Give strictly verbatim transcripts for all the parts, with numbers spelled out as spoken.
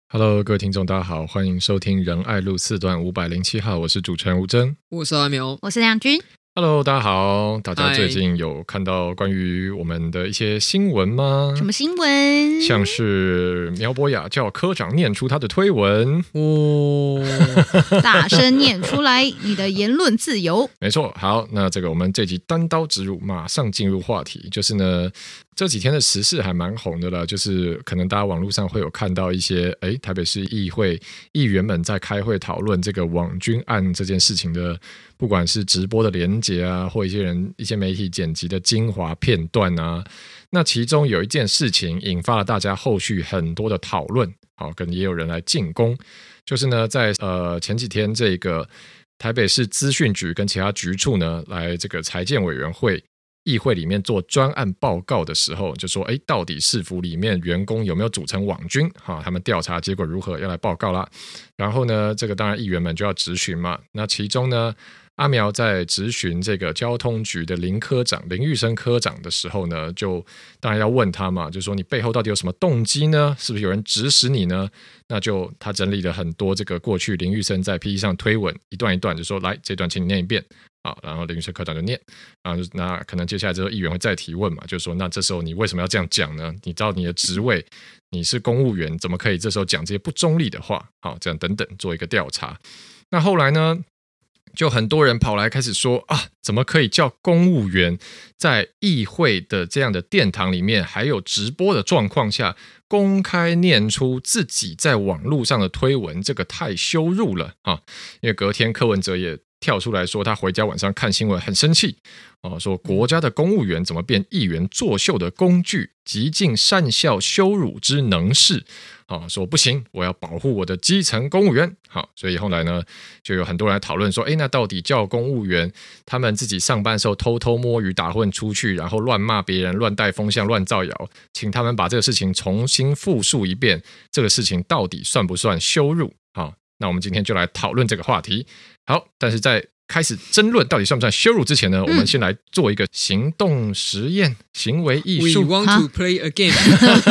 Hello， 各位听众，大家好，欢迎收听仁爱路四段五百零七号，我是主持人吴峥， 我是阿苗， 我是亮君。 Hello， 大家好，大家最近有看到关于我们的一些新闻吗？ 什么新闻？ 像是苗博雅叫科长念出他的推文哦， 大声念出来，你的言论自由。 没错，好，那这个我们这集单刀直入，马上进入话题，就是呢，这几天的时事还蛮红的啦，就是可能大家网络上会有看到一些，哎，台北市议会议员们在开会讨论这个网军案这件事情的，不管是直播的连结啊，或一些人一些媒体剪辑的精华片段啊，那其中有一件事情引发了大家后续很多的讨论，好，跟也有人来进攻，就是呢，在呃前几天这个台北市资讯局跟其他局处呢，来这个财建委员会议会里面做专案报告的时候，就说哎，到底市府里面员工有没有组成网军，哈，他们调查结果如何，要来报告啦。然后呢，这个当然议员们就要质询嘛，那其中呢，阿苗在质询这个交通局的林科长林玉生科长的时候呢，就当然要问他嘛，就说你背后到底有什么动机呢？是不是有人指使你呢？那就他整理了很多这个过去林玉生在 P T 上推文一段一段，就说来这段请你念一遍。好，然后林玉生科长就念，然后那可能接下来之后议员会再提问嘛，就说那这时候你为什么要这样讲呢？你知道你的职位，你是公务员，怎么可以这时候讲这些不中立的话？好，这样等等做一个调查。那后来呢，就很多人跑来开始说啊，怎么可以叫公务员在议会的这样的殿堂里面，还有直播的状况下，公开念出自己在网络上的推文，这个太羞辱了啊！因为隔天柯文哲也跳出来说，他回家晚上看新闻很生气，哦，说国家的公务员怎么变议员作秀的工具，极尽善笑羞辱之能事，哦，说不行，我要保护我的基层公务员。好，所以后来呢，就有很多人来讨论说，哎，那到底叫公务员他们自己上班的时候偷偷摸鱼打混出去，然后乱骂别人、乱带风向、乱造谣，请他们把这个事情重新复述一遍，这个事情到底算不算羞辱？好，那我们今天就来讨论这个话题。好，但是在开始争论到底算不算羞辱之前呢，嗯、我们先来做一个行动实验，行为艺术。 We want to play a game 。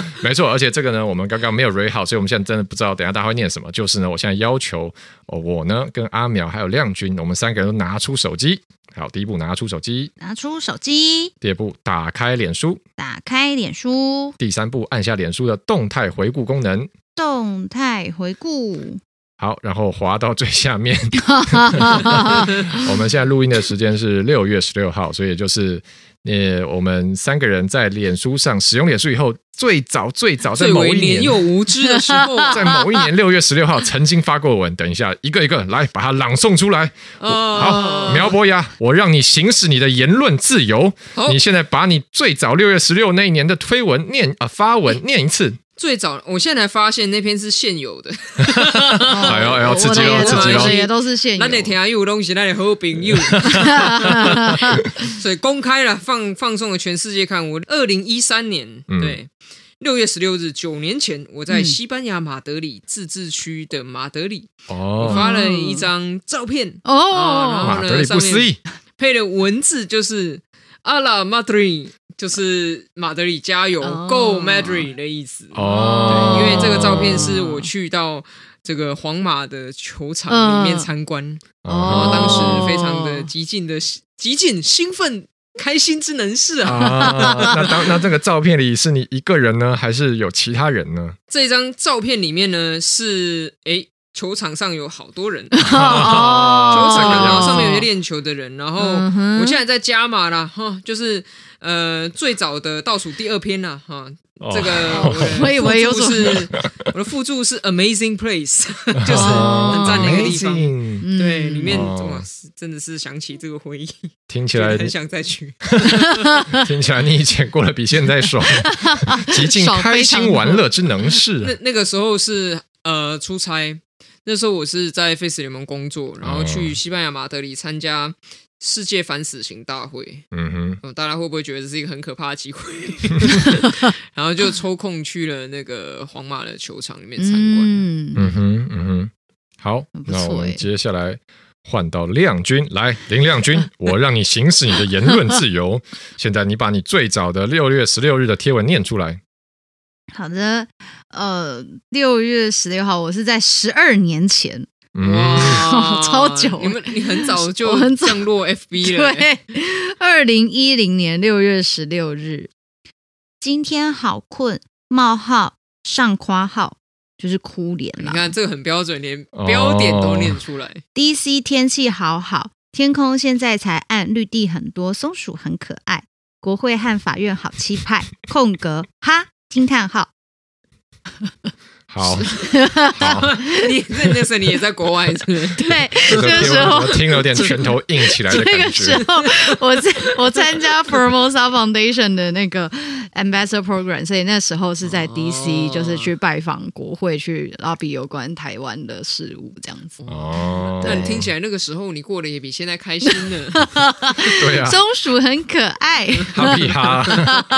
没错，而且这个呢，我们刚刚没有 read 好，所以我们现在真的不知道等一下大家会念什么。就是呢，我现在要求、哦、我呢跟阿苗还有亮君，我们三个人都拿出手机。好，第一步拿出手机， 拿出手机。 第二步打开脸书， 打开脸书。 第三步按下脸书的动态回顾功能，动态回顾。 好，然后滑到最下面。我们现在录音的时间是六月十六号，所以就是呃，我们三个人在脸书上使用脸书以后，最早最早在某一年最为年幼无知的时候， 在某一年六月十六号曾经发过文。等一下，一个一个来把它朗诵出来。 哦、 好，苗博雅，我让你行使你的言论自由。你现在把你最早六月十六那一年的推文念啊、呃、发文念一次。 最早，我现在才发现那篇是现有的。 哎呦哎呦，刺激哦，刺激哦！ 我的也都是现有。 咱得听有东西，咱得好朋友。所以公开了，放放送了全世界看。我二零一三年，嗯、对六月十六日，九年前，我在西班牙马德里自治区的马德里，哦、我发了一张照片哦， 然后呢， 马德里不思议， 配的文字就是阿拉马德里。就是马德里加油、oh. Go Madrid 的意思哦，对，因为这个照片是我去到这个皇马的球场里面参观，哦、uh. 然后当时非常的极尽的极尽兴奋、开心之能事啊！ 啊那当那这个照片里是你一个人呢，还是有其他人呢？ 这张照片里面呢是哎。球场上有好多人， 哦、 球场然后上面有些练球的人，然后我现在在加码啦，哈，就是呃最早的倒数第二篇啦，哈，哦、这个我以为是我的附注是 Amazing Place， 就是很赞的一个地方，哦、对，里面哇真的是想起这个回忆， 听起来很想再去， 听起来你以前过得比现在爽，极尽开心玩乐之能事。 那那个时候是呃出差。那时候我是在 Face 联盟工作，然后去西班牙马德里参加世界反死刑大会。嗯哼，大家会不会觉得这是一个很可怕的机会？然后就抽空去了那个皇马的球场里面参观。 嗯哼，嗯哼，好，那我们接下来换到亮君，来，林亮君，我让你行使你的言论自由。现在你把你最早的六月十六日的贴文念出来。 好的，呃，六月十六号，我是在十二年前， 哇， 超久， 你们你很早就降落 F B 了， 对，二零一零年六月十六日，今天好困，冒号上括号就是哭脸啦。 你看这个很标准，连标点都念出来。 D C 天气好好，天空现在才暗，绿地很多，松鼠很可爱，国会和法院好气派，空格哈惊叹号。 好，好， 你那那时候你也在国外是不是？ 对，这个时候我听有点拳头硬起来的感觉。 这个时候我我参加 Formosa Foundation 的那个 Ambassador Program， 所以那时候是在 D C，、哦、就是去拜访国会，去 lobby 有关台湾的事务这样子。 哦，那听起来那个时候你过得也比现在开心呢。 对啊， 松鼠很可爱， 哈皮哈。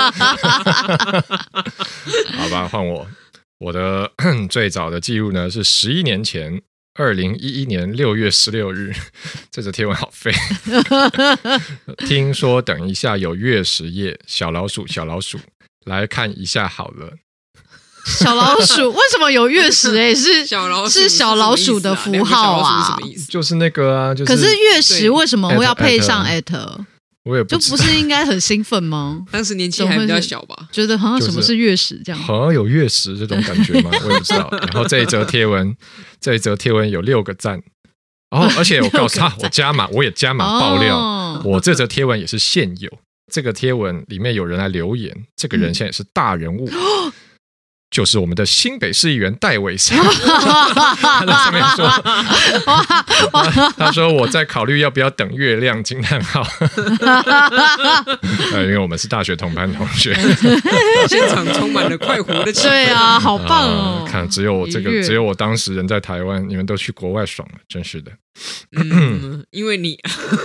好吧，换我。我的最早的记录呢是十一年前，二零一一年六月十六日。这则贴文好废。听说等一下有月食夜，小老鼠小老鼠来看一下好了。 小老鼠为什么有月食？哎、欸，是小老鼠是小老鼠的符号啊？ 就是那个啊，就是。 可是月食为什么会要配上 at？ 我也不就不是应该很兴奋吗？ 当时年纪还比较小吧， 觉得好像什么是月食这样， 好像有月食这种感觉吗？我也不知道。然后这一则贴文，这一则贴文有六个赞，哦，而且我告诉他，我加码，我也加码爆料，哦、我这则贴文也是现有。这个贴文里面有人来留言，这个人现在也是大人物。嗯就是我们的新北市议员戴伟山。他在上面说，他说我在考虑要不要等月亮惊叹号。呃，因为我们是大学同班同学。 现场充满了快活的气氛。 对啊，好棒哦！ 呃、看，只有我这个，只有我当时人在台湾，你们都去国外爽了，真是的。 嗯，因为你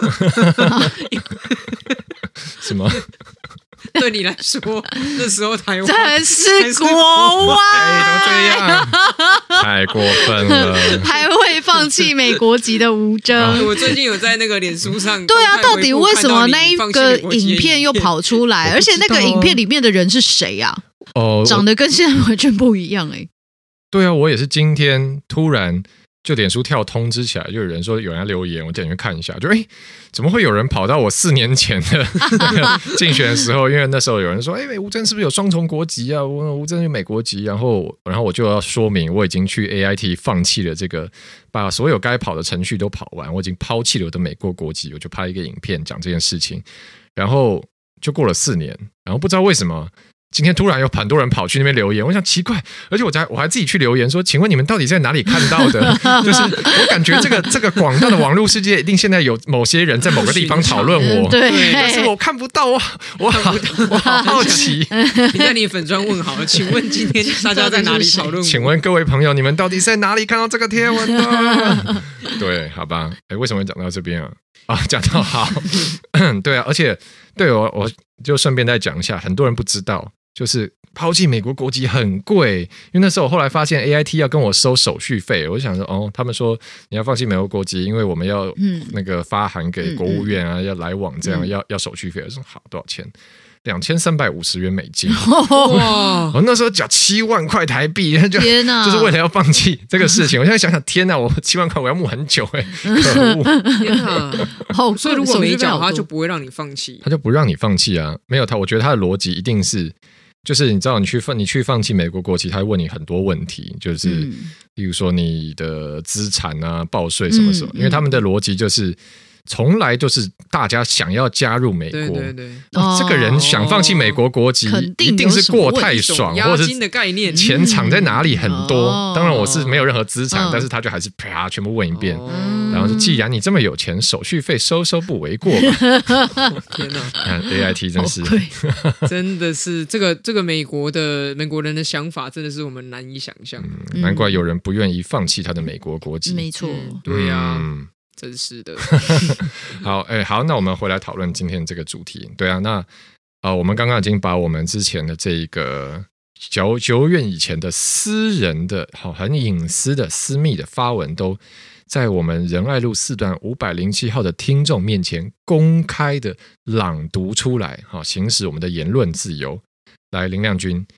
什么？ 对你来说，那时候台湾真是国外， 哎、怎么这样？太过分了！ 还会放弃美国籍的吴峥。 我最近有在那个脸书上， 对啊，到底为什么那一个影片又跑出来？而且那个影片里面的人是谁啊？哦，长得跟现在完全不一样哎、欸。 对啊，我也是今天突然。就脸书跳通知起来，就有人说有人要留言，我点进去看一下，就哎，怎么会有人跑到我四年前的那个竞选的时候？因为那时候有人说，哎，吴峥是不是有双重国籍啊？吴峥有美国籍，然后然后我就要说明，我已经去 A I T 放弃了这个，把所有该跑的程序都跑完，我已经抛弃了我的美国国籍，我就拍一个影片讲这件事情，然后就过了四年，然后不知道为什么。今天突然有很多人跑去那边留言，我想奇怪，而且我还我还自己去留言说，请问你们到底在哪里看到的？就是我感觉这个这个广大的网络世界，一定现在有某些人在某个地方讨论我， 对， 但是我看不到啊，我好我好好奇。 你看你粉专问好了，请问今天大家在哪里讨论我？ 请问各位朋友，你们到底在哪里看到这个贴文的？对，好吧，哎，为什么会讲到这边啊？啊，讲到好，对啊，而且对我我就顺便再讲一下，很多人不知道。就是抛弃美国国籍很贵，因为那时候我后来发现 A I T 要跟我收手续费，我就想说哦，他们说你要放弃美国国籍，因为我们要那个发函给国务院啊，嗯、要来往这样、嗯、要要手续费。我说好，多少钱？两千三百五十元美金。哇！我那时候缴七万块台币，就天哪， 就是为了要放弃这个事情。我现在想想，天哪，我七万块我要募很久哎、欸，可恶！ 天哪，好，所以如果没缴，他就不会让你放弃， 他就不让你放弃啊。没有他，我觉得他的逻辑一定是。就是你知道，你去放你去放弃美国国籍，他会问你很多问题，就是，嗯、例如说你的资产啊、报税什么什么，嗯、因为他们的逻辑就是。从来就是大家想要加入美国， 对对对， 哦、这个人想放弃美国国籍，一定是过太爽，或者是钱藏在哪里很多。嗯、当然我是没有任何资产，嗯、但是他就还是啪全部问一遍，嗯、然后说既然你这么有钱，手续费收收不为过吧。 天哪， 看 A I T 真是， 真的是这个这个美国的美国人的想法，真的是我们难以想象。 嗯、难怪有人不愿意放弃他的美国国籍。 没错， 嗯、对呀、啊。嗯真是的。 好，哎、欸，好，那我们回来讨论今天这个主题。对啊，那呃，我们刚刚已经把我们之前的这一个久久远以前的私人的、好很隐私的、私密的发文，都在我们仁爱路四段五百零七号的听众面前公开的朗读出来，好，行使我们的言论自由。来，林亮君，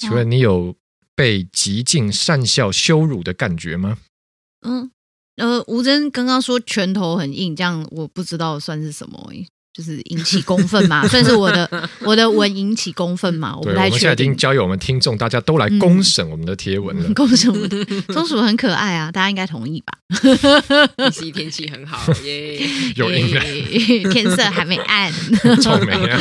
请问你有被极尽善笑羞辱的感觉吗？ 嗯，呃，吴真刚刚说拳头很硬，这样我不知道算是什么、欸，就是引起公愤嘛，算是我的我的文引起公愤嘛，我不太确定。 我们现在已经交由我们听众，大家都来公审我们的贴文了。 嗯、公审我们的松鼠很可爱啊，大家应该同意吧？ D C 天气很好耶， 有阴阳，天色还没暗， 臭美啊！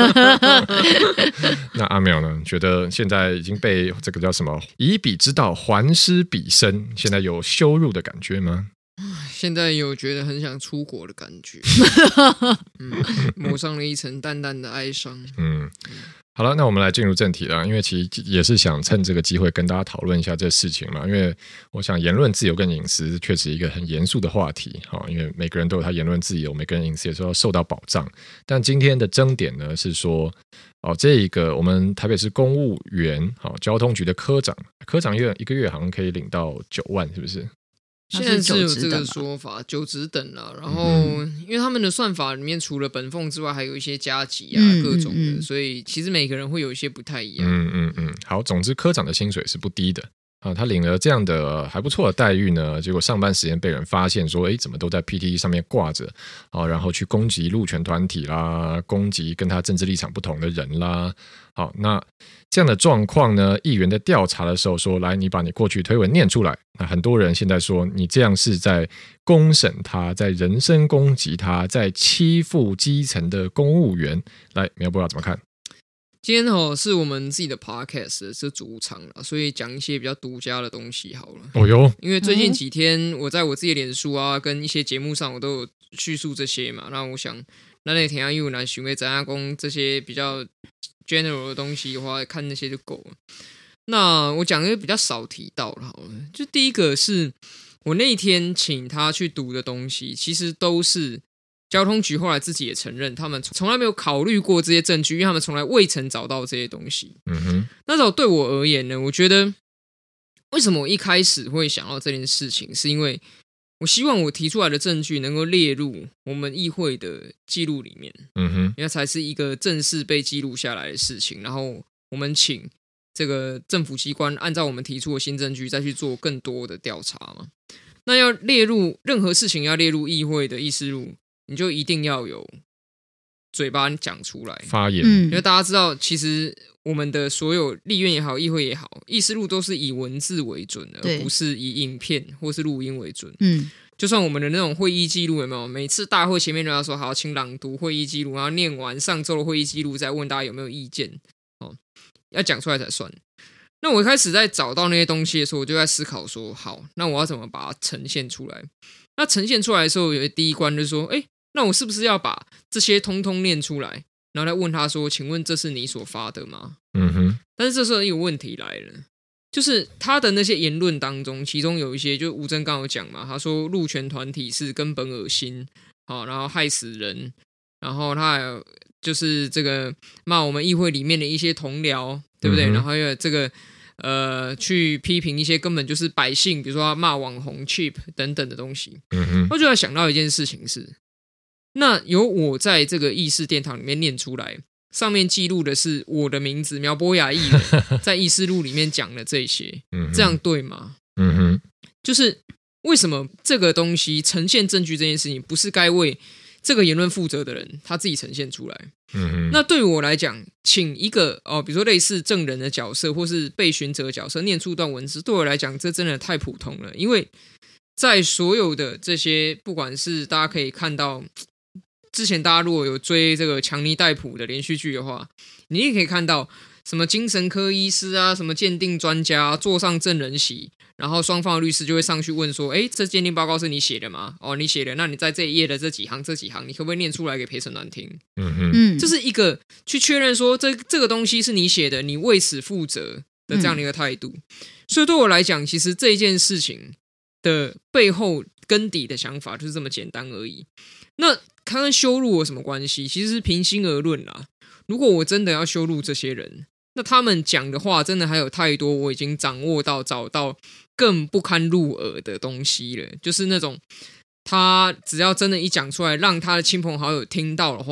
那阿淼呢？觉得现在已经被这个叫什么以彼之道还施彼身，现在有羞辱的感觉吗？ 现在有觉得很想出国的感觉，嗯，抹上了一层淡淡的哀伤。 嗯，好了，那我们来进入正题了，因为其实也是想趁这个机会跟大家讨论一下这事情嘛，因为我想言论自由跟隐私确实一个很严肃的话题，因为每个人都有他言论自由，每个人隐私也是要受到保障。但今天的争点呢是说，哦，这一个我们台北市公务员，好，交通局的科长，科长月一个月好像可以领到九万，是不是？ 现在是有这个说法，九职等了。然后，因为他们的算法里面除了本俸之外，还有一些加级啊，嗯、各种的、嗯嗯，所以其实每个人会有一些不太一样。 嗯嗯嗯，好，总之科长的薪水是不低的啊，他领了这样的还不错的待遇呢，结果上班时间被人发现说，哎，怎么都在 P T T 上面挂着啊，然后去攻击路权团体啦，攻击跟他政治立场不同的人啦。好，那这样的状况呢，议员在调查的时候说，来，你把你过去推文念出来。那很多人现在说，你这样是在公审他，在人身攻击他，在欺负基层的公务员。来，苗博要怎么看？ 今天哦是我们自己的 podcast 是主场了，所以讲一些比较独家的东西好了。 哦哟， 因为最近几天我在我自己的脸书啊，跟一些节目上我都有叙述这些嘛。那我想，那那天啊，因为来询问咱阿公这些比较 general 的东西的话，看那些就够了。那我讲一个比较少提到了，好了，就第一个是我那一天请他去读的东西，其实都是交通局后来自己也承认，他们从来没有考虑过这些证据，因为他们从来未曾找到这些东西。 嗯哼， 那时候对我而言呢，我觉得为什么我一开始会想到这件事情，是因为我希望我提出来的证据能够列入我们议会的记录里面， 嗯哼， 因为才是一个正式被记录下来的事情。然后我们请这个政府机关按照我们提出的新证据再去做更多的调查嘛。那要列入任何事情，要列入议会的议事录，你就一定要有嘴巴讲出来发言， 因为大家知道，其实我们的所有立院也好，议会也好，议事录都是以文字为准的，而不是以影片或是录音为准。 嗯， 就算我们的那种会议记录有没有？每次大会前面都要说好，请朗读会议记录，然后念完上周的会议记录，再问大家有没有意见，哦，要讲出来才算。那我一开始在找到那些东西的时候，我就在思考说，好，那我要怎么把它呈现出来？那呈现出来的时候，有第一关就是说，哎，那我是不是要把这些通通念出来，然后来问他说，请问这是你所发的吗？ 嗯哼。 但是这时候一个问题来了，就是他的那些言论当中，其中有一些，就吴峥刚有讲嘛，他说路权团体是根本恶心，好，然后害死人，然后他还有就是这个骂我们议会里面的一些同僚，对不对？嗯、然后有这个呃去批评一些根本就是百姓，比如说他骂网红 cheap 等等的东西。 嗯哼， 我就要想到一件事情是，那由我在这个议事殿堂里面念出来，上面记录的是我的名字苗博雅议员在议事录里面讲的这些， 嗯、 这样对吗？ 嗯哼， 就是为什么这个东西呈现证据这件事情，不是该为这个言论负责的人他自己呈现出来？ 嗯、 那对于我来讲，请一个哦，比如说类似证人的角色或是被询者的角色念出段文字，对我来讲这真的太普通了。因为在所有的这些，不管是大家可以看到，之前大家如果有追这个强尼戴普的连续剧的话，你也可以看到什么精神科医师啊，什么鉴定专家、啊、坐上证人席，然后双方的律师就会上去问说，诶，这鉴定报告是你写的吗？哦，你写的，那你在这一页的这几行这几行，你可不可以念出来给陪审团听？ 嗯哼， 这是一个去确认说这这个东西是你写的，你为此负责的这样的一个态度。嗯、所以对我来讲，其实这一件事情的背后根底的想法就是这么简单而已。那它跟羞辱有什么关系？其实是平心而论啦。如果我真的要羞辱这些人，那他们讲的话真的还有太多我已经掌握到找到更不堪入耳的东西了，就是那种他只要真的一讲出来让他的亲朋好友听到的话，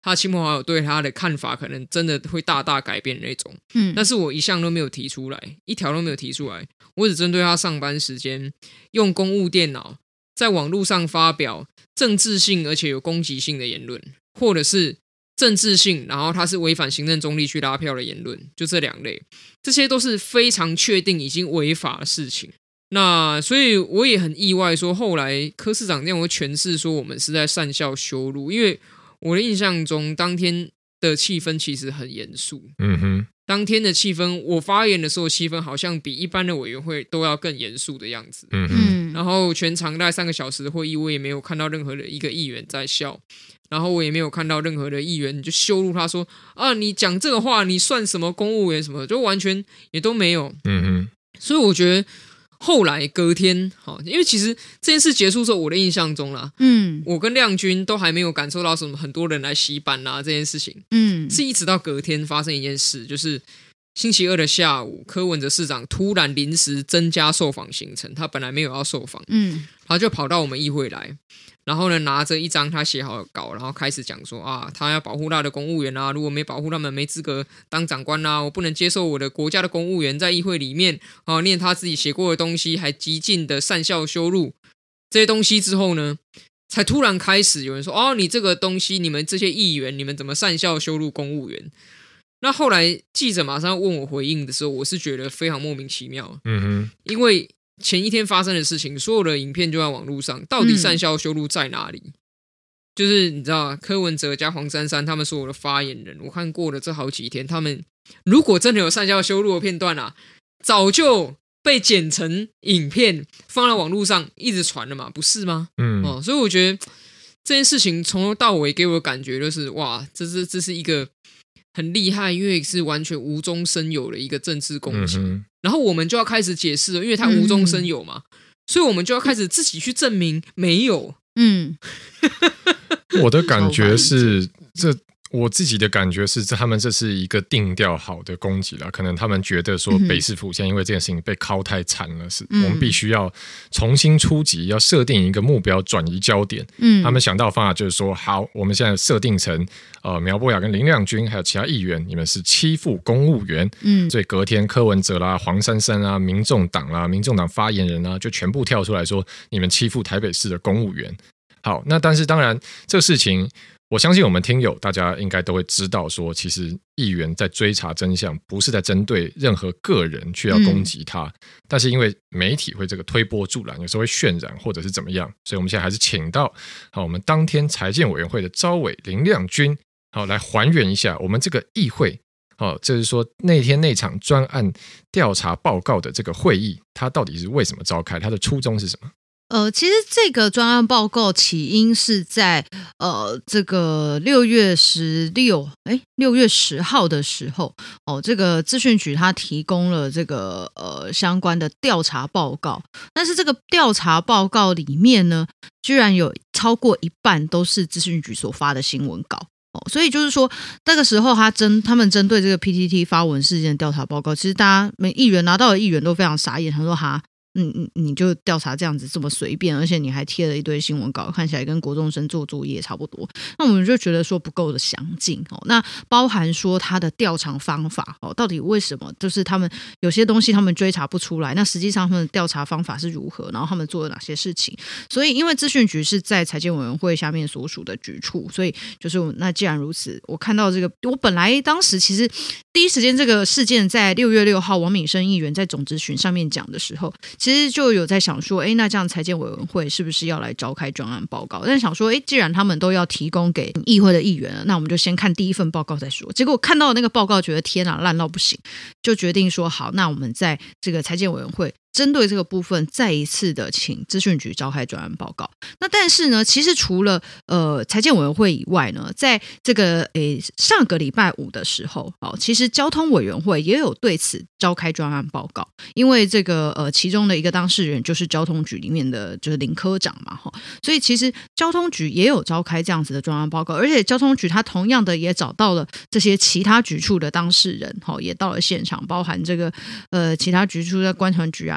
他的亲朋好友对他的看法可能真的会大大改变那种。 嗯， 但是我一项都没有提出来，一条都没有提出来，我只针对他上班时间用公务电脑在网络上发表政治性而且有攻击性的言论，或者是政治性然后他是违反行政中立去拉票的言论，就这两类，这些都是非常确定已经违法的事情。那所以我也很意外说后来柯市长这样会诠释说我们是在善笑羞辱，因为我的印象中当天的气氛其实很严肃。 嗯哼， 当天的气氛，我发言的时候气氛好像比一般的委员会都要更严肃的样子。 嗯哼， 然后全长大概三个小时的会议，我也没有看到任何的一个议员在笑，然后我也没有看到任何的议员就羞辱他说啊，你讲这个话你算什么公务员什么的，就完全也都没有。 嗯哼， 所以我觉得后来隔天，因为其实这件事结束之后，我的印象中啦，嗯，我跟亮君都还没有感受到什么很多人来洗版啊这件事情，嗯，是一直到隔天发生一件事，就是星期二的下午，柯文哲市长突然临时增加受访行程，他本来没有要受访，嗯，他就跑到我们议会来。然后呢，拿着一张他写好的稿，然后开始讲说啊，他要保护他的公务员啊，如果没保护他们，没资格当长官啊，我不能接受我的国家的公务员在议会里面啊念他自己写过的东西，还极尽的善笑羞辱这些东西之后呢，才突然开始有人说哦，你这个东西，你们这些议员，你们怎么善笑羞辱公务员？那后来记者马上问我回应的时候，我是觉得非常莫名其妙，嗯哼，因为前一天发生的事情，所有的影片就在网络上，到底善笑羞辱在哪里？嗯、就是你知道，柯文哲加黄珊珊他们所有的发言人，我看过了这好几天，他们如果真的有善笑羞辱的片段啊，早就被剪成影片放在网络上一直传了嘛，不是吗？嗯，哦，所以我觉得这件事情从头到尾给我的感觉就是，哇，这是这是一个很厉害，因为是完全无中生有的一个政治攻击。嗯，然后我们就要开始解释了，因为它无中生有嘛，嗯、所以我们就要开始自己去证明没有。嗯， 我的感觉是这。我自己的感觉是，他们这是一个定调好的攻击啦。可能他们觉得说北市府现在因为这件事情被敲太惨了，是、嗯、我们必须要重新出击，要设定一个目标，转移焦点。嗯，他们想到的方法就是说，好，我们现在设定成呃苗博雅跟林亮君还有其他议员，你们是欺负公务员。嗯，所以隔天柯文哲啦、黄珊珊啊、民众党啦、民众党发言人啊，就全部跳出来说，你们欺负台北市的公务员。好，那但是当然这个事情。我相信我们听友大家应该都会知道说，其实议员在追查真相不是在针对任何个人去要攻击他、嗯、但是因为媒体会这个推波助澜，有时候会渲染或者是怎么样，所以我们现在还是请到好我们当天财建委员会的召委林亮君好来还原一下我们这个议会好，就是说那天那场专案调查报告的这个会议，它到底是为什么召开，它的初衷是什么？ 呃，其实这个专案报告起因是在呃这个六月十六，哎，六月十号的时候，哦，这个资讯局他提供了这个呃相关的调查报告，但是这个调查报告里面呢，居然有超过一半都是资讯局所发的新闻稿。哦，所以就是说，那个时候他针他们针对这个 P T T 发文事件调查报告，其实大家每议员拿到的议员都非常傻眼，他说哈。嗯嗯，你就调查这样子这么随便，而且你还贴了一堆新闻稿，看起来跟国中生做作业差不多。那我们就觉得说不够的详尽哦。那包含说他的调查方法哦，到底为什么？就是他们有些东西他们追查不出来，那实际上他们的调查方法是如何？然后他们做了哪些事情？所以因为资讯局是在财经委员会下面所属的局处，所以就是那既然如此，我看到这个，我本来当时其实第一时间这个事件在六月六号王敏生议员在总咨询上面讲的时候。其实就有在想说，哎，那这样财建委员会是不是要来召开专案报告？但想说，哎，既然他们都要提供给议会的议员了，那我们就先看第一份报告再说。结果看到那个报告，觉得天啊，烂到不行，就决定说好，那我们在这个财建委员会。针对这个部分再一次的请资讯局召开专案报告。那但是呢，其实除了呃财建委员会以外呢，在这个诶上个礼拜五的时候，哦，其实交通委员会也有对此召开专案报告，因为这个呃其中的一个当事人就是交通局里面的就是林科长嘛，哈，所以其实交通局也有召开这样子的专案报告，而且交通局他同样的也找到了这些其他局处的当事人，哈，也到了现场，包含这个呃其他局处的观传局啊。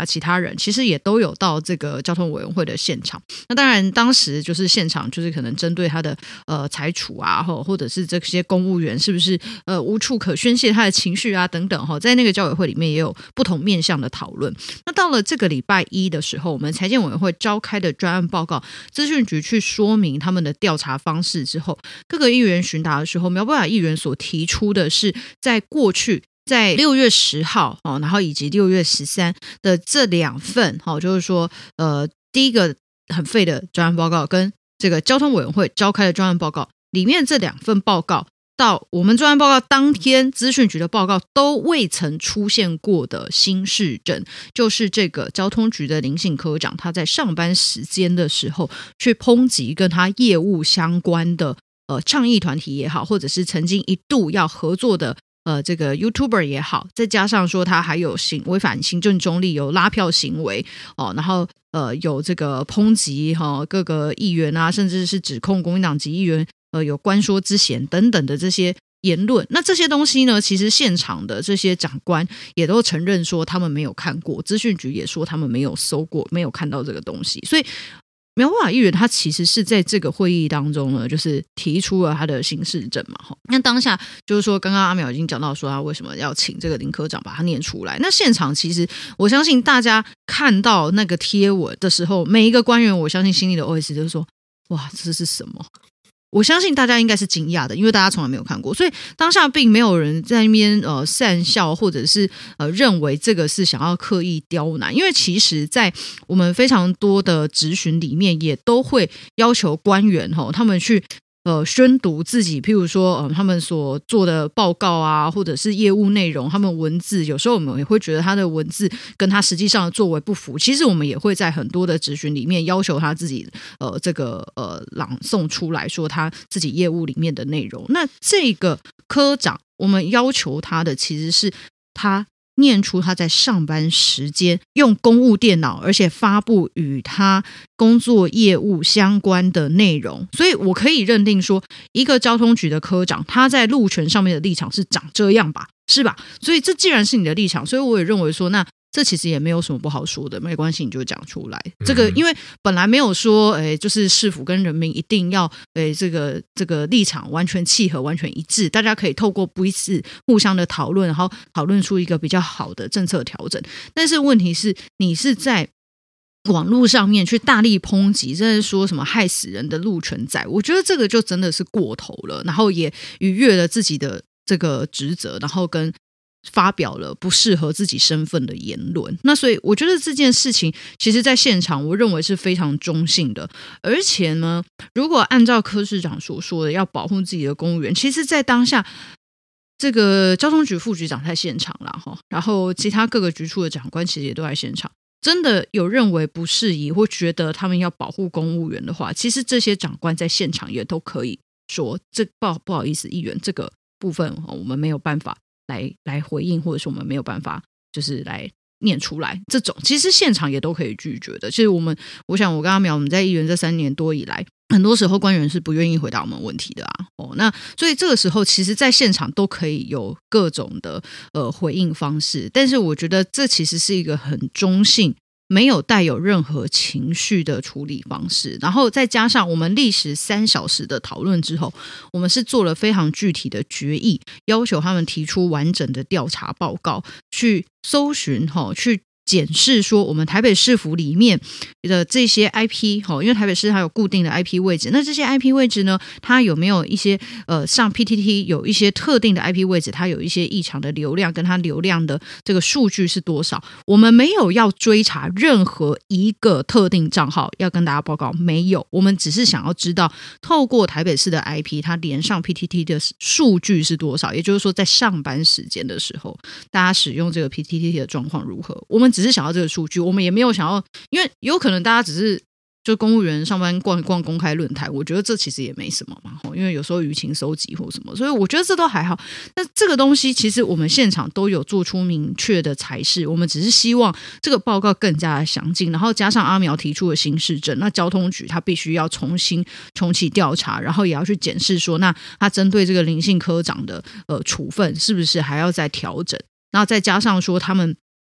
啊，其他人其实也都有到这个交通委员会的现场。那当然当时就是现场就是可能针对他的呃裁处啊，或者是这些公务员是不是呃无处可宣泄他的情绪啊等等，在那个交委会里面也有不同面向的讨论。那到了这个礼拜一的时候，我们财监委员会召开的专案报告，资讯局去说明他们的调查方式之后，各个议员询答的时候，苗博雅议员所提出的是在过去在六月十号、哦、然后以及六月十三的这两份、哦、就是说呃，第一个很废的专案报告跟这个交通委员会召开的专案报告里面，这两份报告到我们专案报告当天资讯局的报告都未曾出现过的新事证，就是这个交通局的林姓科长他在上班时间的时候去抨击跟他业务相关的呃倡议团体也好，或者是曾经一度要合作的呃，这个 YouTuber 也好，再加上说他还有行违反行政中立，有拉票行为哦，然后呃有这个抨击哈、哦、各个议员啊，甚至是指控国民党籍议员呃有官说之嫌等等的这些言论。那这些东西呢，其实现场的这些长官也都承认说他们没有看过，资讯局也说他们没有搜过，没有看到这个东西，所以苗博雅议员他其实是在这个会议当中呢，就是提出了他的新事证嘛。那当下就是说，刚刚阿苗已经讲到说他为什么要请这个林科长把它念出来。那现场其实我相信大家看到那个贴文的时候，每一个官员我相信心里的 O S 就是说，哇，这是什么？我相信大家应该是惊讶的，因为大家从来没有看过，所以当下并没有人在那边呃讪笑，或者是呃认为这个是想要刻意刁难。因为其实在我们非常多的质询里面，也都会要求官员齁他们去呃宣读自己，譬如说呃他们所做的报告啊，或者是业务内容，他们文字有时候我们也会觉得他的文字跟他实际上的作为不符，其实我们也会在很多的质询里面要求他自己呃这个呃朗诵出来说他自己业务里面的内容。那这个科长我们要求他的其实是他念出他在上班时间用公务电脑，而且发布与他工作业务相关的内容。所以我可以认定说，一个交通局的科长他在路权上面的立场是长这样吧，是吧？所以这既然是你的立场，所以我也认为说，那这其实也没有什么不好说的，没关系，你就讲出来。这个因为本来没有说，诶，就是市府跟人民一定要，诶，这个这个立场完全契合、完全一致，大家可以透过彼此互相的讨论，然后讨论出一个比较好的政策调整。但是问题是，你是在网络上面去大力抨击，真的说什么害死人的路权仔，我觉得这个就真的是过头了，然后也逾越了自己的这个职责，然后跟发表了不适合自己身份的言论。那所以我觉得这件事情其实在现场我认为是非常中性的。而且呢，如果按照柯市长所说的要保护自己的公务员，其实在当下这个交通局副局长在现场啦，然后其他各个局处的长官其实也都在现场，真的有认为不适宜或觉得他们要保护公务员的话，其实这些长官在现场也都可以说，这不不好意思议员，这个部分我们没有办法来来回应，或者是我们没有办法就是来念出来，这种其实现场也都可以拒绝的。其实我们我想我跟阿苗我们在议员这三年多以来，很多时候官员是不愿意回答我们问题的啊。哦，那所以这个时候其实在现场都可以有各种的呃回应方式，但是我觉得这其实是一个很中性，没有带有任何情绪的处理方式。然后再加上我们历时三小时的讨论之后，我们是做了非常具体的决议，要求他们提出完整的调查报告，去搜寻去检视说我们台北市府里面的这些 I P， 因为台北市它有固定的 I P 位置，那这些 I P 位置呢，它有没有一些呃像 P T T 有一些特定的 I P 位置，它有一些异常的流量，跟它流量的这个数据是多少。我们没有要追查任何一个特定账号，要跟大家报告，没有，我们只是想要知道透过台北市的 I P 它连上 P T T 的数据是多少，也就是说在上班时间的时候大家使用这个 P T T 的状况如何。我们只是想要这个数据，我们也没有想要，因为有可能大家只是就公务员上班逛逛公开论坛，我觉得这其实也没什么嘛，因为有时候舆情收集或什么，所以我觉得这都还好。那这个东西其实我们现场都有做出明确的裁示，我们只是希望这个报告更加的详尽，然后加上阿苗提出的新事证，那交通局他必须要重新重启调查，然后也要去检视说，那他针对这个林姓科长的呃处分是不是还要再调整，然后再加上说他们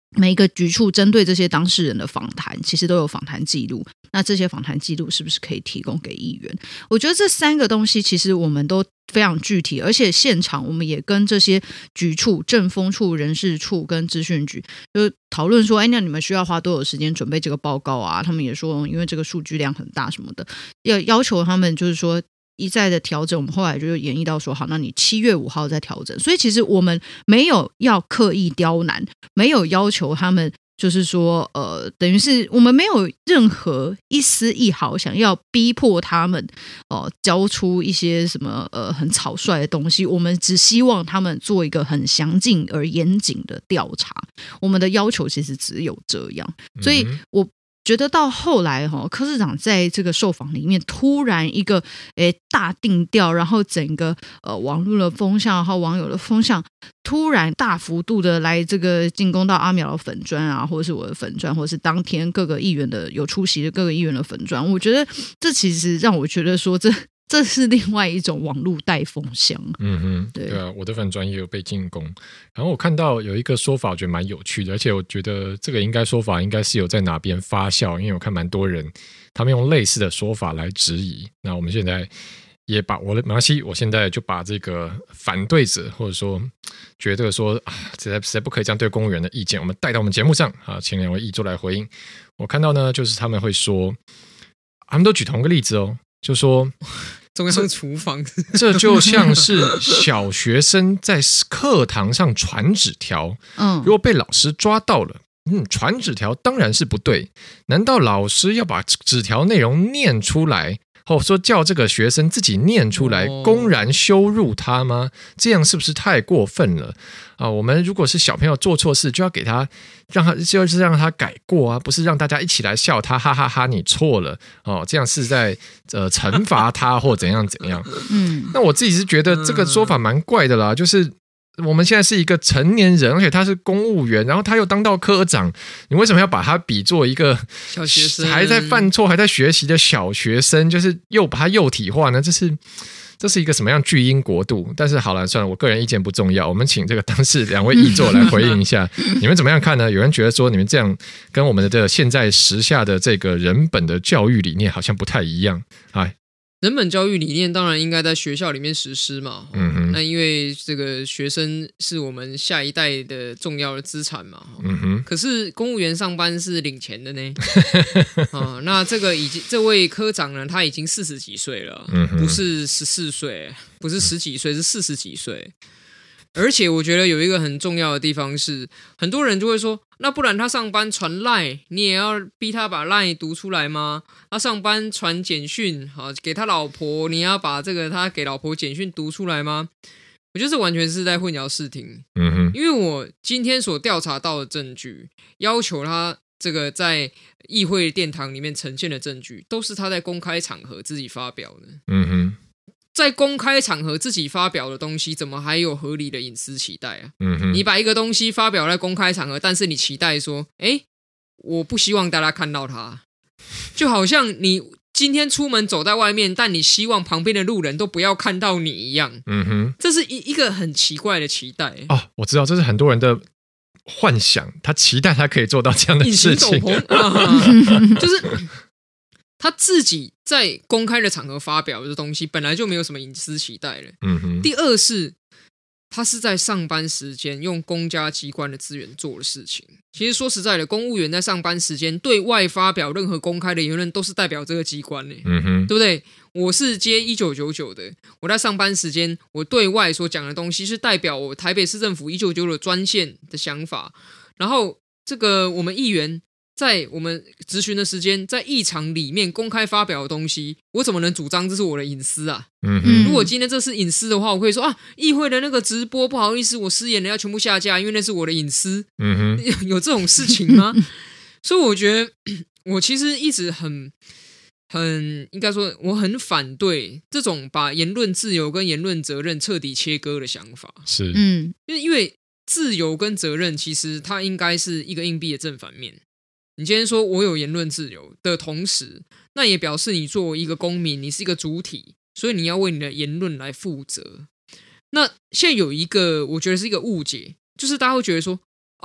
每一个局处针对这些当事人的访谈其实都有访谈记录，那这些访谈记录是不是可以提供给议员？我觉得这三个东西其实我们都非常具体，而且现场我们也跟这些局处政风处、人事处跟资讯局就讨论说，哎，那你们需要花多少时间准备这个报告啊？他们也说因为这个数据量很大什么的，要要求他们就是说一再的调整，我们后来就演绎到说，好，那你七月五号再调整。所以其实我们没有要刻意刁难，没有要求他们，就是说，呃，等于是我们没有任何一丝一毫想要逼迫他们，呃，交出一些什么呃很草率的东西。我们只希望他们做一个很详尽而严谨的调查。我们的要求其实只有这样，所以我觉得到后来哈，柯市长在这个受访里面突然一个诶大定调，然后整个呃网络的风向和网友的风向突然大幅度的来这个进攻到阿苗的粉专啊，或者是我的粉专，或者是当天各个议员的有出席的各个议员的粉专，我觉得这其实让我觉得说这。这是另外一种网络带风向。 嗯哼，对, 对啊，我的粉专也有被进攻。然后我看到有一个说法，我觉得蛮有趣的，而且我觉得这个应该说法应该是有在哪边发酵，因为我看蛮多人他们用类似的说法来质疑。那我们现在也把我的没关系，我现在就把这个反对者或者说觉得说啊，实在实在不可以这样对公务员的意见，我们带到我们节目上啊，请两位议座来回应。我看到呢，就是他们会说，他们都举同一个例子哦，就说。 中央厨房， 这就像是小学生在课堂上传纸条，嗯，如果被老师抓到了，嗯，传纸条当然是不对。难道老师要把纸条内容念出来，或者说叫这个学生自己念出来，公然羞辱他吗？这样是不是太过分了啊？我们如果是小朋友做错事，就要给他，让他就是让他改过啊，不是让大家一起来笑他，哈哈哈哈，你错了哦，这样是在呃惩罚他或怎样怎样。嗯，那我自己是觉得这个说法蛮怪的啦，就是我们现在是一个成年人，而且他是公务员，然后他又当到科长，你为什么要把他比作一个小学生， 还在犯错、还在学习的小学生？就是又把他幼体化呢？这是。这是一个什么样巨婴国度？但是好了，算了，我个人意见不重要。我们请这个当事两位议座来回应一下，你们怎么样看呢？有人觉得说你们这样跟我们的这个现在时下的这个人本的教育理念好像不太一样。哎， 人本教育理念当然应该在学校里面实施嘛。嗯哼，那因为这个学生是我们下一代的重要的资产嘛。嗯哼，可是公务员上班是领钱的呢。啊，那这个已经这位科长呢，他已经四十几岁了，嗯、不是十四岁，不是十几岁，是四十几岁。而且我觉得有一个很重要的地方是，很多人就会说，那不然他上班传 LINE， 你也要逼他把 LINE 读出来吗？他上班传简讯，好给他老婆，你要把这个他给老婆简讯读出来吗？我觉得这完全是在混淆视听。嗯哼，因为我今天所调查到的证据，要求他这个在议会殿堂里面呈现的证据，都是他在公开场合自己发表的。嗯哼。在公开场合自己发表的东西，怎么还有合理的隐私期待啊？嗯哼，你把一个东西发表在公开场合，但是你期待说，哎，我不希望大家看到它，就好像你今天出门走在外面，但你希望旁边的路人都不要看到你一样。嗯哼，这是一一个很奇怪的期待。 哦，我知道，这是很多人的幻想，他期待他可以做到这样的事情。 隐形斗篷、啊、就是。他自己在公开的场合发表的东西本来就没有什么隐私期待了。嗯哼。第二是他是在上班时间用公家机关的资源做的事情。其实说实在的，公务员在上班时间对外发表任何公开的言论都是代表这个机关呢。嗯哼，对不对？我是接一九九九的，我在上班时间我对外所讲的东西是代表我台北市政府一九九九的专线的想法。然后这个我们议员在我们质询的时间，在议场里面公开发表的东西，我怎么能主张这是我的隐私啊？嗯哼，如果今天这是隐私的话，我可以说啊，议会的那个直播不好意思，我失言了，要全部下架，因为那是我的隐私。嗯哼，有这种事情吗？所以我觉得，我其实一直很很应该说，我很反对这种把言论自由跟言论责任彻底切割的想法。 是，嗯， 因为因为自由跟责任其实它应该是一个硬币的正反面。你今天说我有言论自由的同时，那也表示你作为一个公民，你是一个主体，所以你要为你的言论来负责。那现在有一个我觉得是一个误解，就是大家会觉得说，哦，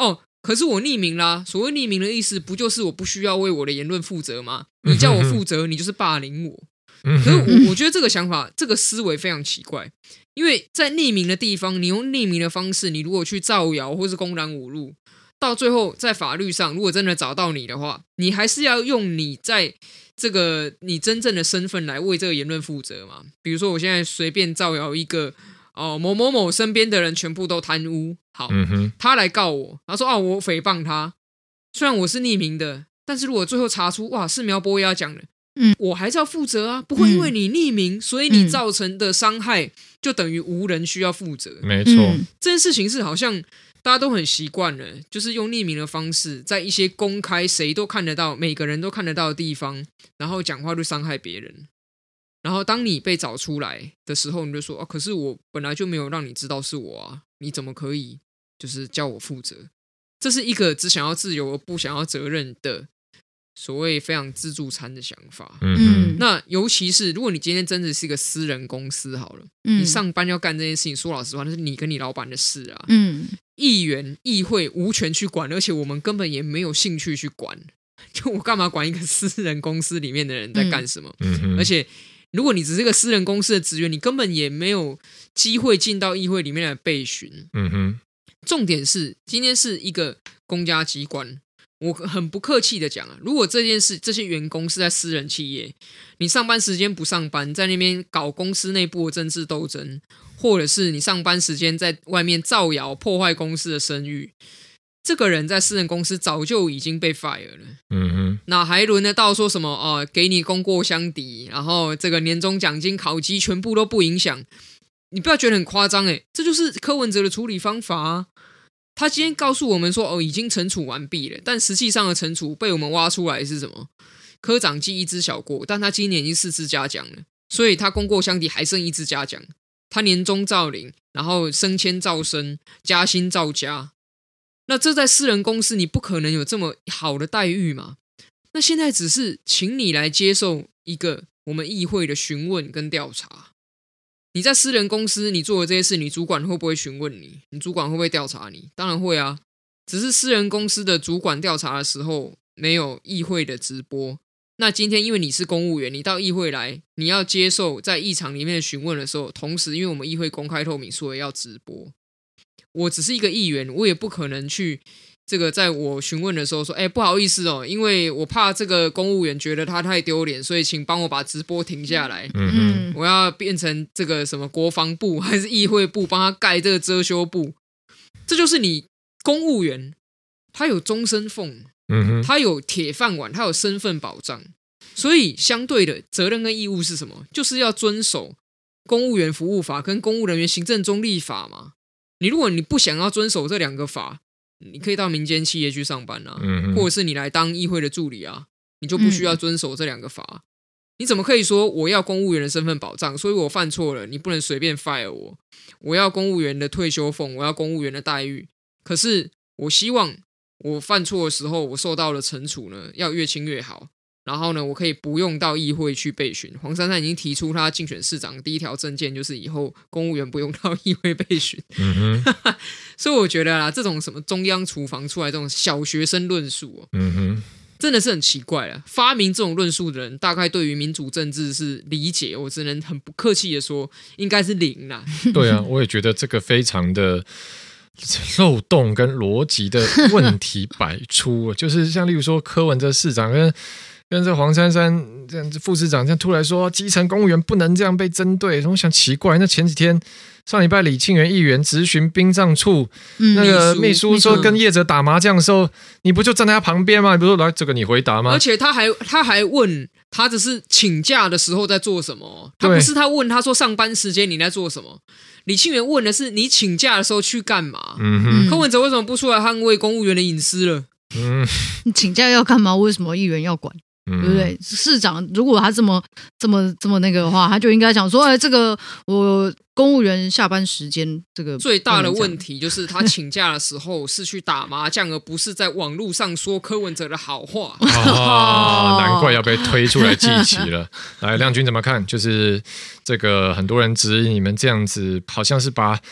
可是我匿名啦，所谓匿名的意思不就是我不需要为我的言论负责吗？你叫我负责，你就是霸凌我。可是我我觉得这个想法，这个思维非常奇怪，因为在匿名的地方，你用匿名的方式，你如果去造谣或是公然侮辱，到最后在法律上，如果真的找到你的话，你还是要用你在这个你真正的身份来为这个言论负责嘛。比如说我现在随便造谣一个哦某某某身边的人全部都贪污，好，嗯、他来告我，他说啊我诽谤他，虽然我是匿名的，但是如果最后查出哇是苗博雅讲的，嗯，我还是要负责啊，不会因为你匿名，嗯、所以你造成的伤害就等于无人需要负责。 没错， 嗯、这件事情是好像大家都很习惯了，就是用匿名的方式，在一些公开谁都看得到、每个人都看得到的地方，然后讲话就伤害别人。然后当你被找出来的时候，你就说啊，可是我本来就没有让你知道是我啊，你怎么可以就是叫我负责？这是一个只想要自由而不想要责任的。所谓非常自助餐的想法，嗯，那尤其是如果你今天真的是一个私人公司好了，嗯，你上班要干这件事情，说老实话，那是你跟你老板的事啊，嗯，议员、议会无权去管，而且我们根本也没有兴趣去管，就我干嘛管一个私人公司里面的人在干什么？嗯，而且如果你只是一个私人公司的职员，你根本也没有机会进到议会里面来备询，嗯哼，重点是今天是一个公家机关。我很不客气的讲啊，如果这件事这些员工是在私人企业，你上班时间不上班，在那边搞公司内部的政治斗争，或者是你上班时间在外面造谣破坏公司的声誉，这个人在私人公司早就已经被 fire 了。嗯哼，那还轮得到说什么哦？给你功过相抵，然后这个年终奖金、考绩全部都不影响？你不要觉得很夸张哎，这就是柯文哲的处理方法啊。他今天告诉我们说哦，已经惩处完毕了，但实际上的惩处被我们挖出来是什么？科长记一支小过，但他今年已经四次嘉奖了，所以他功过相抵还剩一支嘉奖。他年终照领，然后升迁照升，加薪照加。那这在私人公司你不可能有这么好的待遇嘛？那现在只是请你来接受一个我们议会的询问跟调查。你在私人公司你做的这些事，你主管会不会询问你？你主管会不会调查你？当然会啊，只是私人公司的主管调查的时候没有议会的直播。那今天因为你是公务员，你到议会来，你要接受在议场里面的询问的时候，同时因为我们议会公开透明，所以要直播。我只是一个议员，我也不可能去这个在我询问的时候说，哎，不好意思哦，因为我怕这个公务员觉得他太丢脸，所以请帮我把直播停下来。嗯，我要变成这个什么国防部还是议会部帮他盖这个遮羞布。这就是你公务员，他有终身俸，嗯，他有铁饭碗，他有身份保障，所以相对的责任跟义务是什么？就是要遵守公务员服务法跟公务人员行政中立法嘛。你如果你不想要遵守这两个法，你可以到民间企业去上班啊，嗯，或者是你来当议会的助理啊，你就不需要遵守这两个法。嗯，你怎么可以说我要公务员的身份保障，所以我犯错了，你不能随便 fire 我？我要公务员的退休俸，我要公务员的待遇。可是我希望我犯错的时候，我受到的惩处呢，要越轻越好。然后呢，我可以不用到议会去备询。黄珊珊已经提出他竞选市长第一条政见，就是以后公务员不用到议会备询。嗯哼所以我觉得啦，这种什么中央厨房出来这种小学生论述，哦，嗯哼，真的是很奇怪了。发明这种论述的人，大概对于民主政治是理解，我只能很不客气的说，应该是零啦。 对啊，我也觉得这个非常的漏洞跟逻辑的问题百出，就是像例如说柯文哲市长跟跟这黄珊珊这样子副市长这样突然说基层公务员不能这样被针对，我想奇怪，那前几天上礼拜李庆元议员质询殡葬处，嗯，那个秘书说跟业者打麻将的时候，你不就站在他旁边吗？你不是说来这个你回答吗？ 而且他还他还问他只是请假的时候在做什么，他不是他问他说上班时间你在做什么。李庆元问的是你请假的时候去干嘛？嗯哼，柯文哲为什么不出来捍卫公务员的隐私了？ 嗯，你请假要干嘛？为什么议员要管？嗯，对不对？市长如果他这么这么这么那个的话，他就应该讲说，哎，这个我公务员下班时间这个最大的问题就是他请假的时候是去打麻将，而不是在网络上说柯文哲的好话。 哦，难怪要被推出来祭旗了。来，亮君怎么看？就是这个很多人质疑你们这样子，好像是把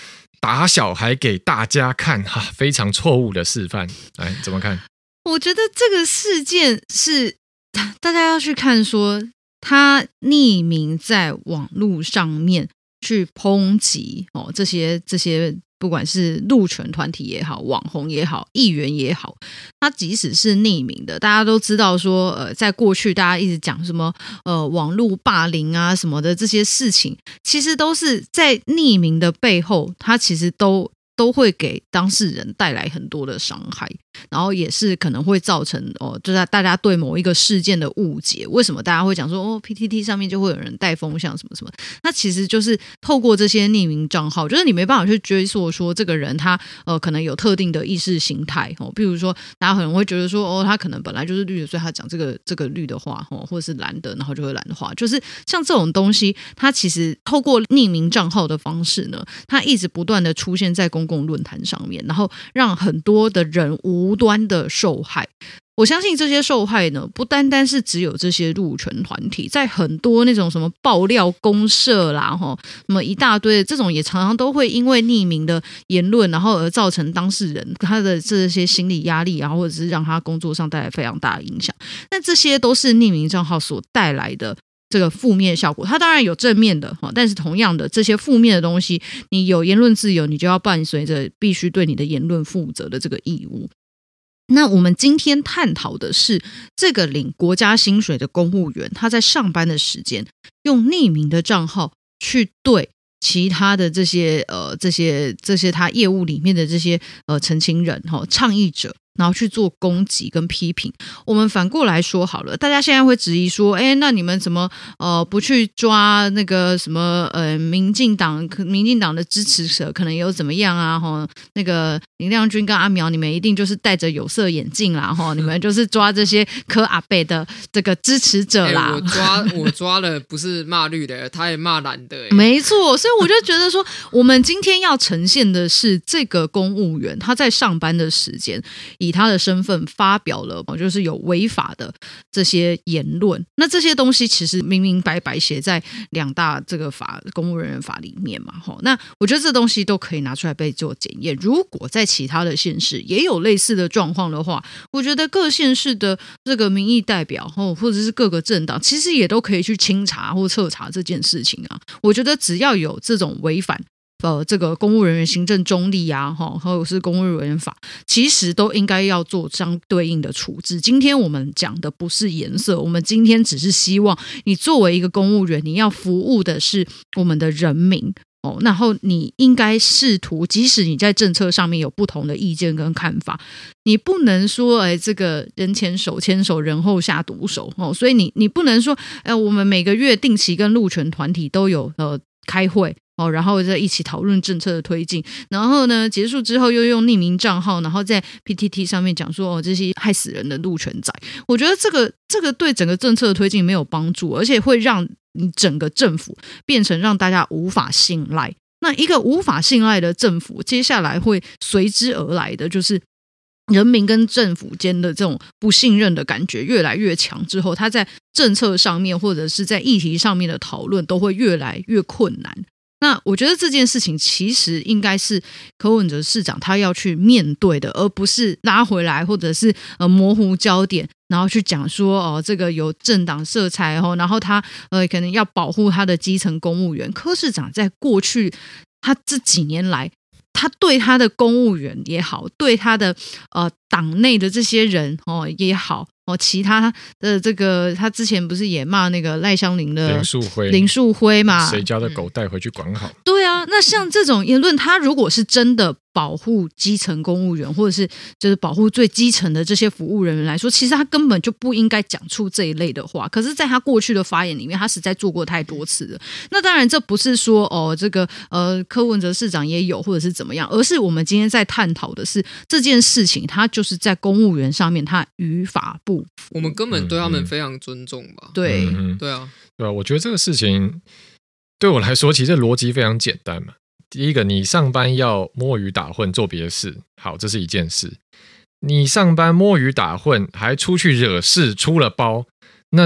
打小孩给大家看，哈，非常错误的示范。来，怎么看？ 我觉得这个事件是大家要去看说，他匿名在网络上面去抨击哦，这些这些。不管是路权团体也好，网红也好，议员也好，他即使是匿名的，大家都知道说，呃，在过去大家一直讲什么呃网络霸凌啊什么的这些事情，其实都是在匿名的背后，他其实都都会给当事人带来很多的伤害，然后也是可能会造成哦，就是大家对某一个事件的误解。为什么大家会讲说哦 P T T 上面就会有人带风向什么什么？那其实就是透过这些匿名账号，就是你没办法去追溯说这个人他呃可能有特定的意识形态哦，比如说大家可能会觉得说哦他可能本来就是绿的，所以他讲这个这个绿的话哦，或者是蓝的，然后就会蓝的话，就是像这种东西，它其实透过匿名账号的方式呢，它一直不断的出现在公共论坛上面，然后让很多的人无端的受害。我相信这些受害呢，不单单是只有这些路权团体，在很多那种什么爆料公社啦，齁，什么一大堆的这种，也常常都会因为匿名的言论，然后而造成当事人他的这些心理压力啊，或者是让他工作上带来非常大的影响。那这些都是匿名账号所带来的这个负面效果。它当然有正面的，但是同样的这些负面的东西，你有言论自由，你就要伴随着必须对你的言论负责的这个义务。那我们今天探讨的是这个领国家薪水的公务员，他在上班的时间用匿名的账号去对其他的这些呃这些这些他业务里面的这些呃陈情人哈、倡议者，然后去做攻击跟批评。我们反过来说好了，大家现在会质疑说，哎，那你们怎么呃不去抓那个什么呃民进党民进党的支持者可能有怎么样啊？哈，那个林亮君跟阿苗，你们一定就是戴着有色眼镜啦，哈，你们就是抓这些柯阿伯的这个支持者啦。 欸、我抓我抓了不是骂绿的，他也骂蓝的、欸。 没错，所以我就觉得说，我们今天要呈现的是这个公务员他在上班的时间，以他的身份发表了就是有违法的这些言论。那这些东西其实明明白白写在两大这个法公务人员法里面嘛。那我觉得这东西都可以拿出来被做检验。如果在其他的县市也有类似的状况的话，我觉得各县市的这个民意代表或者是各个政党其实也都可以去清查或彻查这件事情啊。我觉得只要有这种违反呃，这个公务人员行政中立啊，或者是公务人员法，其实都应该要做相对应的处置。今天我们讲的不是颜色，我们今天只是希望你作为一个公务员，你要服务的是我们的人民哦，然后你应该试图，即使你在政策上面有不同的意见跟看法，你不能说哎，这个人前手牵手，人后下毒手哦，所以你你不能说哎，我们每个月定期跟路权团体都有呃开会。哦，然后再一起讨论政策的推进，然后呢，结束之后又用匿名账号，然后在 P T T 上面讲说哦，这些害死人的路权仔，我觉得这个这个对整个政策的推进没有帮助，而且会让你整个政府变成让大家无法信赖。那一个无法信赖的政府，接下来会随之而来的就是人民跟政府间的这种不信任的感觉越来越强之后，他在政策上面或者是在议题上面的讨论都会越来越困难。那我觉得这件事情其实应该是柯文哲市长他要去面对的，而不是拉回来或者是呃模糊焦点，然后去讲说哦这个有政党色彩哦，然后他呃可能要保护他的基层公务员。柯市长在过去他这几年来，他对他的公务员也好，对他的呃党内的这些人哦也好。哦，其他的这个，他之前不是也骂那个赖香伶的林树辉， 林树辉嘛？ 谁家的狗带回去管好？ 对啊，那像这种言论，他如果是真的保护基层公务员，或者是就是保护最基层的这些服务人员来说，其实他根本就不应该讲出这一类的话。可是，在他过去的发言里面，他实在做过太多次了。那当然，这不是说哦，这个呃柯文哲市长也有，或者是怎么样，而是我们今天在探讨的是这件事情，他就是在公务员上面，他于法不。 我们根本对他们非常尊重吧？ 嗯、对、 嗯， 对啊， 对啊。我觉得这个事情对我来说，其实逻辑非常简单嘛。第一个，你上班要摸鱼打混做别的事，好，这是一件事。你上班摸鱼打混，还出去惹事出了包，那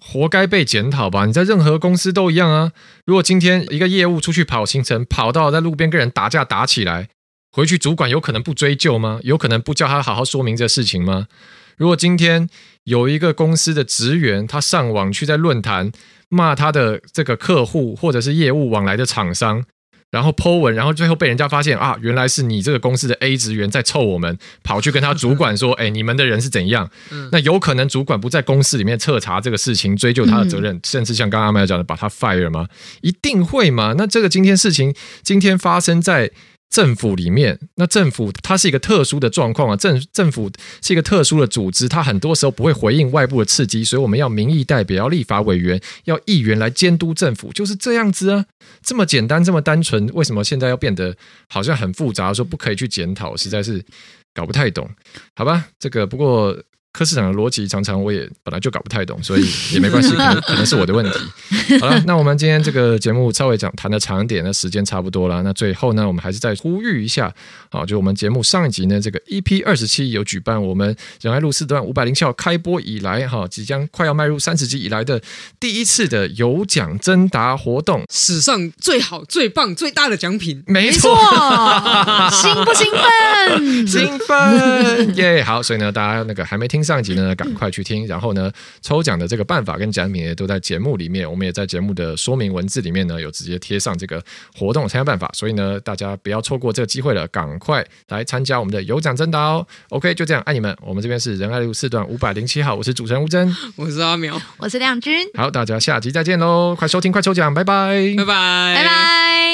活该被检讨吧？你在任何公司都一样啊。如果今天一个业务出去跑行程，跑到在路边跟人打架打起来，回去主管有可能不追究吗？有可能不叫他好好说明这事情吗？如果今天有一个公司的职员，他上网去在论坛骂他的这个客户或者是业务往来的厂商，然后 po 文，然后最后被人家发现啊，原来是你这个公司的 A 职员在臭我们，跑去跟他主管说，哎，你们的人是怎样？嗯、那有可能主管不在公司里面彻查这个事情，追究他的责任，嗯、甚至像刚刚阿麦讲的，把他 fire 吗？一定会嘛？那这个今天事情今天发生在政府里面，那政府它是一个特殊的状况啊，政政府是一个特殊的组织，它很多时候不会回应外部的刺激，所以我们要民意代表、要立法委员、要议员来监督政府，就是这样子啊，这么简单，这么单纯，为什么现在要变得好像很复杂，说不可以去检讨，实在是搞不太懂，好吧？这个不过柯市长的逻辑常常我也本来就搞不太懂，所以也没关系，可能可能是我的问题。好了，那我们今天这个节目稍微讲谈的长一点，那时间差不多了。那最后呢，我们还是再呼吁一下，好，就我们节目上一集呢，这个 E P 二十七有举办我们仁爱路四段五百零七号开播以来，哈，即将快要迈入三十集以来的第一次的有奖征答活动， 史上最好、最棒、最大的奖品， 没错， 兴不兴奋？ 兴奋耶！ Yeah, 好，所以呢，大家那个还没听上一集呢，赶快去听。然后呢，抽奖的这个办法跟奖品也都在节目里面，我们也在节目的说明文字里面呢有直接贴上这个活动参加办法，所以呢，大家不要错过这个机会了，赶快来参加我们的有奖征答哦。OK， 就这样，爱你们。我们这边是仁爱路四段五百零七号，我是主持人吴真， 我是阿苗， 我是亮君。 好，大家下集再见喽！快收听，快抽奖，拜拜， 拜拜， 拜拜。